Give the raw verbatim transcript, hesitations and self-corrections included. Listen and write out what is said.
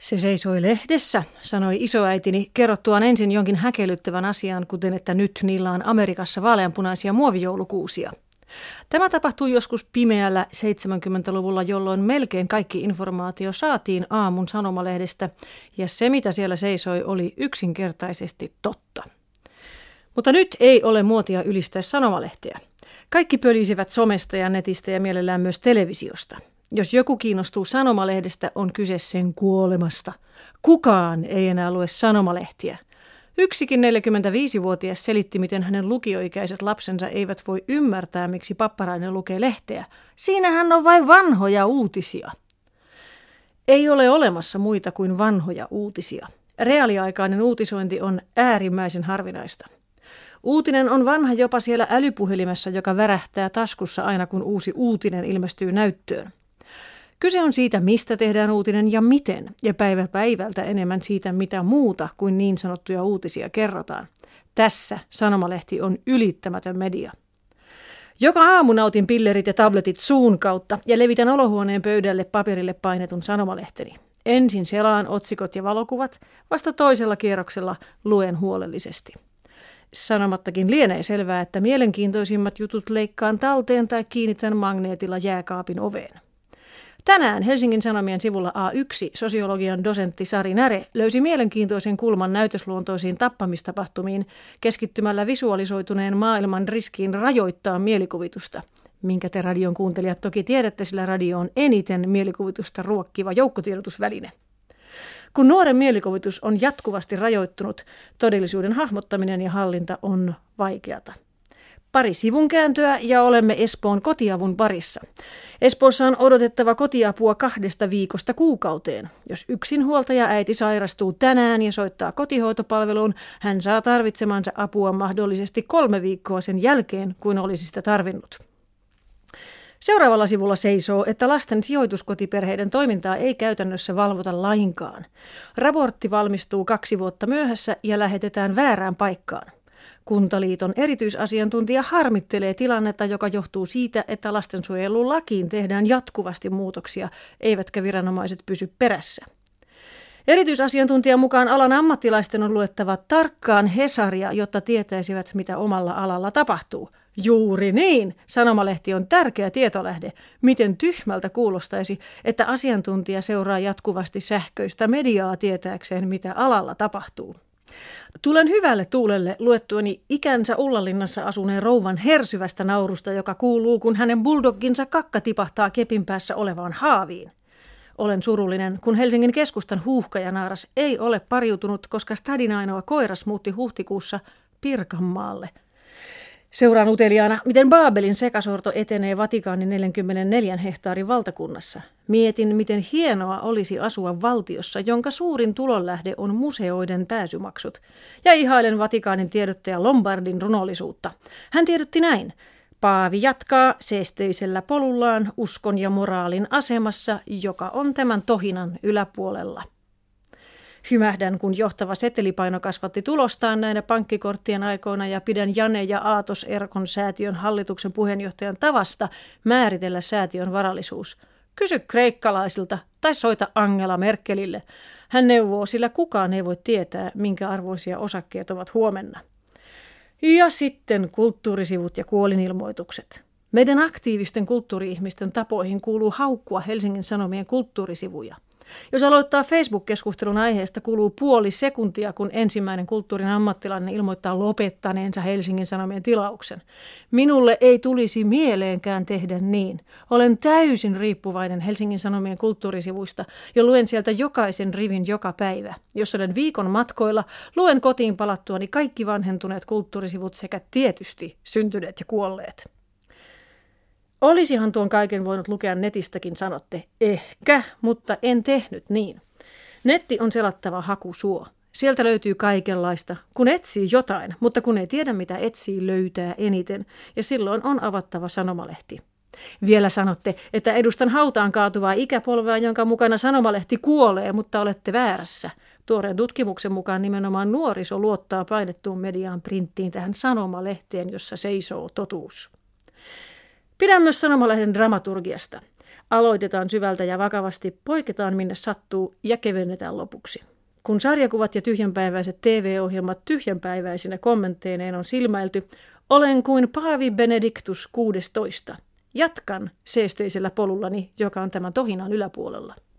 Se seisoi lehdessä, sanoi isoäitini kerrottuaan ensin jonkin häkellyttävän asian, kuten että nyt niillä on Amerikassa vaaleanpunaisia muovijoulukuusia. Tämä tapahtui joskus pimeällä seitsemänkymmentäluvulla, jolloin melkein kaikki informaatio saatiin aamun sanomalehdestä, ja se mitä siellä seisoi oli yksinkertaisesti totta. Mutta nyt ei ole muotia ylistää sanomalehteä. Kaikki pölisivät somesta ja netistä ja mielellään myös televisiosta. Jos joku kiinnostuu sanomalehdestä, on kyse sen kuolemasta. Kukaan ei enää lue sanomalehtiä. Yksikin neljäkymmentäviisivuotias selitti, miten hänen lukioikäiset lapsensa eivät voi ymmärtää, miksi Papparainen lukee lehteä. Siinähän on vain vanhoja uutisia. Ei ole olemassa muita kuin vanhoja uutisia. Reaaliaikainen uutisointi on äärimmäisen harvinaista. Uutinen on vanha jopa siellä älypuhelimessa, joka värähtää taskussa aina, kun uusi uutinen ilmestyy näyttöön. Kyse on siitä, mistä tehdään uutinen ja miten, ja päivä päivältä enemmän siitä, mitä muuta kuin niin sanottuja uutisia kerrotaan. Tässä sanomalehti on ylittämätön media. Joka aamu nautin pillerit ja tabletit suun kautta ja levitän olohuoneen pöydälle paperille painetun sanomalehteni. Ensin selaan otsikot ja valokuvat, vasta toisella kierroksella luen huolellisesti. Sanomattakin lienee selvää, että mielenkiintoisimmat jutut leikkaan talteen tai kiinnitän magneetilla jääkaapin oveen. Tänään Helsingin Sanomien sivulla A yksi sosiologian dosentti Sari Näre löysi mielenkiintoisen kulman näytösluontoisiin tappamistapahtumiin keskittymällä visualisoituneen maailman riskiin rajoittaa mielikuvitusta. Minkä te radion kuuntelijat toki tiedätte, sillä radio on eniten mielikuvitusta ruokkiva joukkotiedotusväline. Kun nuoren mielikuvitus on jatkuvasti rajoittunut, todellisuuden hahmottaminen ja hallinta on vaikeata. Pari sivun kääntöä ja olemme Espoon kotiavun parissa. Espoossa on odotettava kotiapua kahdesta viikosta kuukauteen. Jos yksinhuoltaja äiti sairastuu tänään ja soittaa kotihoitopalveluun, hän saa tarvitsemansa apua mahdollisesti kolme viikkoa sen jälkeen, kuin olisi sitä tarvinnut. Seuraavalla sivulla seisoo, että lasten sijoituskotiperheiden toimintaa ei käytännössä valvota lainkaan. Raportti valmistuu kaksi vuotta myöhässä ja lähetetään väärään paikkaan. Kuntaliiton erityisasiantuntija harmittelee tilannetta, joka johtuu siitä, että lastensuojelulakiin tehdään jatkuvasti muutoksia, eivätkä viranomaiset pysy perässä. Erityisasiantuntijan mukaan alan ammattilaisten on luettava tarkkaan Hesaria, jotta tietäisivät, mitä omalla alalla tapahtuu. Juuri niin, sanomalehti on tärkeä tietolähde. Miten tyhmältä kuulostaisi, että asiantuntija seuraa jatkuvasti sähköistä mediaa tietääkseen, mitä alalla tapahtuu. Tulen hyvälle tuulelle luettuani ikänsä Ullanlinnassa asuneen rouvan hersyvästä naurusta, joka kuuluu, kun hänen bulldogginsa kakka tipahtaa kepin päässä olevaan haaviin. Olen surullinen, kun Helsingin keskustan huuhkajanaaras ei ole pariutunut, koska stadin ainoa koiras muutti huhtikuussa Pirkanmaalle. Seuraan uteliaana, miten Baabelin sekasorto etenee Vatikaanin neljänkymmenenneljän hehtaarin valtakunnassa. Mietin, miten hienoa olisi asua valtiossa, jonka suurin tulonlähde on museoiden pääsymaksut. Ja ihailen Vatikaanin tiedottaja Lombardin runollisuutta. Hän tiedotti näin. Paavi jatkaa seesteisellä polullaan uskon ja moraalin asemassa, joka on tämän tohinan yläpuolella. Hymähdän, kun johtava setelipaino kasvatti tulostaan näinä pankkikorttien aikoina ja pidän Jane ja Aatos Erkon säätiön hallituksen puheenjohtajan tavasta määritellä säätiön varallisuus. Kysy kreikkalaisilta tai soita Angela Merkelille. Hän neuvoo, sillä kukaan ei voi tietää, minkä arvoisia osakkeet ovat huomenna. Ja sitten kulttuurisivut ja kuolinilmoitukset. Meidän aktiivisten kulttuuri-ihmisten tapoihin kuuluu haukkua Helsingin Sanomien kulttuurisivuja. Jos aloittaa Facebook-keskustelun aiheesta, kuluu puoli sekuntia, kun ensimmäinen kulttuurin ammattilainen ilmoittaa lopettaneensa Helsingin Sanomien tilauksen. Minulle ei tulisi mieleenkään tehdä niin. Olen täysin riippuvainen Helsingin Sanomien kulttuurisivuista ja luen sieltä jokaisen rivin joka päivä. Jos olen viikon matkoilla, luen kotiin palattuani kaikki vanhentuneet kulttuurisivut sekä tietysti syntyneet ja kuolleet. Olisihan tuon kaiken voinut lukea netistäkin, sanotte. Ehkä, mutta en tehnyt niin. Netti on selattava hakusuo. Sieltä löytyy kaikenlaista, kun etsii jotain, mutta kun ei tiedä mitä etsii, löytää eniten. Ja silloin on avattava sanomalehti. Vielä sanotte, että edustan hautaan kaatuvaa ikäpolvea, jonka mukana sanomalehti kuolee, mutta olette väärässä. Tuoreen tutkimuksen mukaan nimenomaan nuoriso luottaa painettuun mediaan printtiin tähän sanomalehteen, jossa seisoo totuus. Pidän myös sanomalehden dramaturgiasta. Aloitetaan syvältä ja vakavasti, poiketaan minne sattuu ja kevennetään lopuksi. Kun sarjakuvat ja tyhjänpäiväiset T V-ohjelmat tyhjänpäiväisinä kommentteineen on silmäilty, olen kuin Paavi Benedictus kuudestoista. Jatkan seesteisellä polullani, joka on tämän tohinan yläpuolella.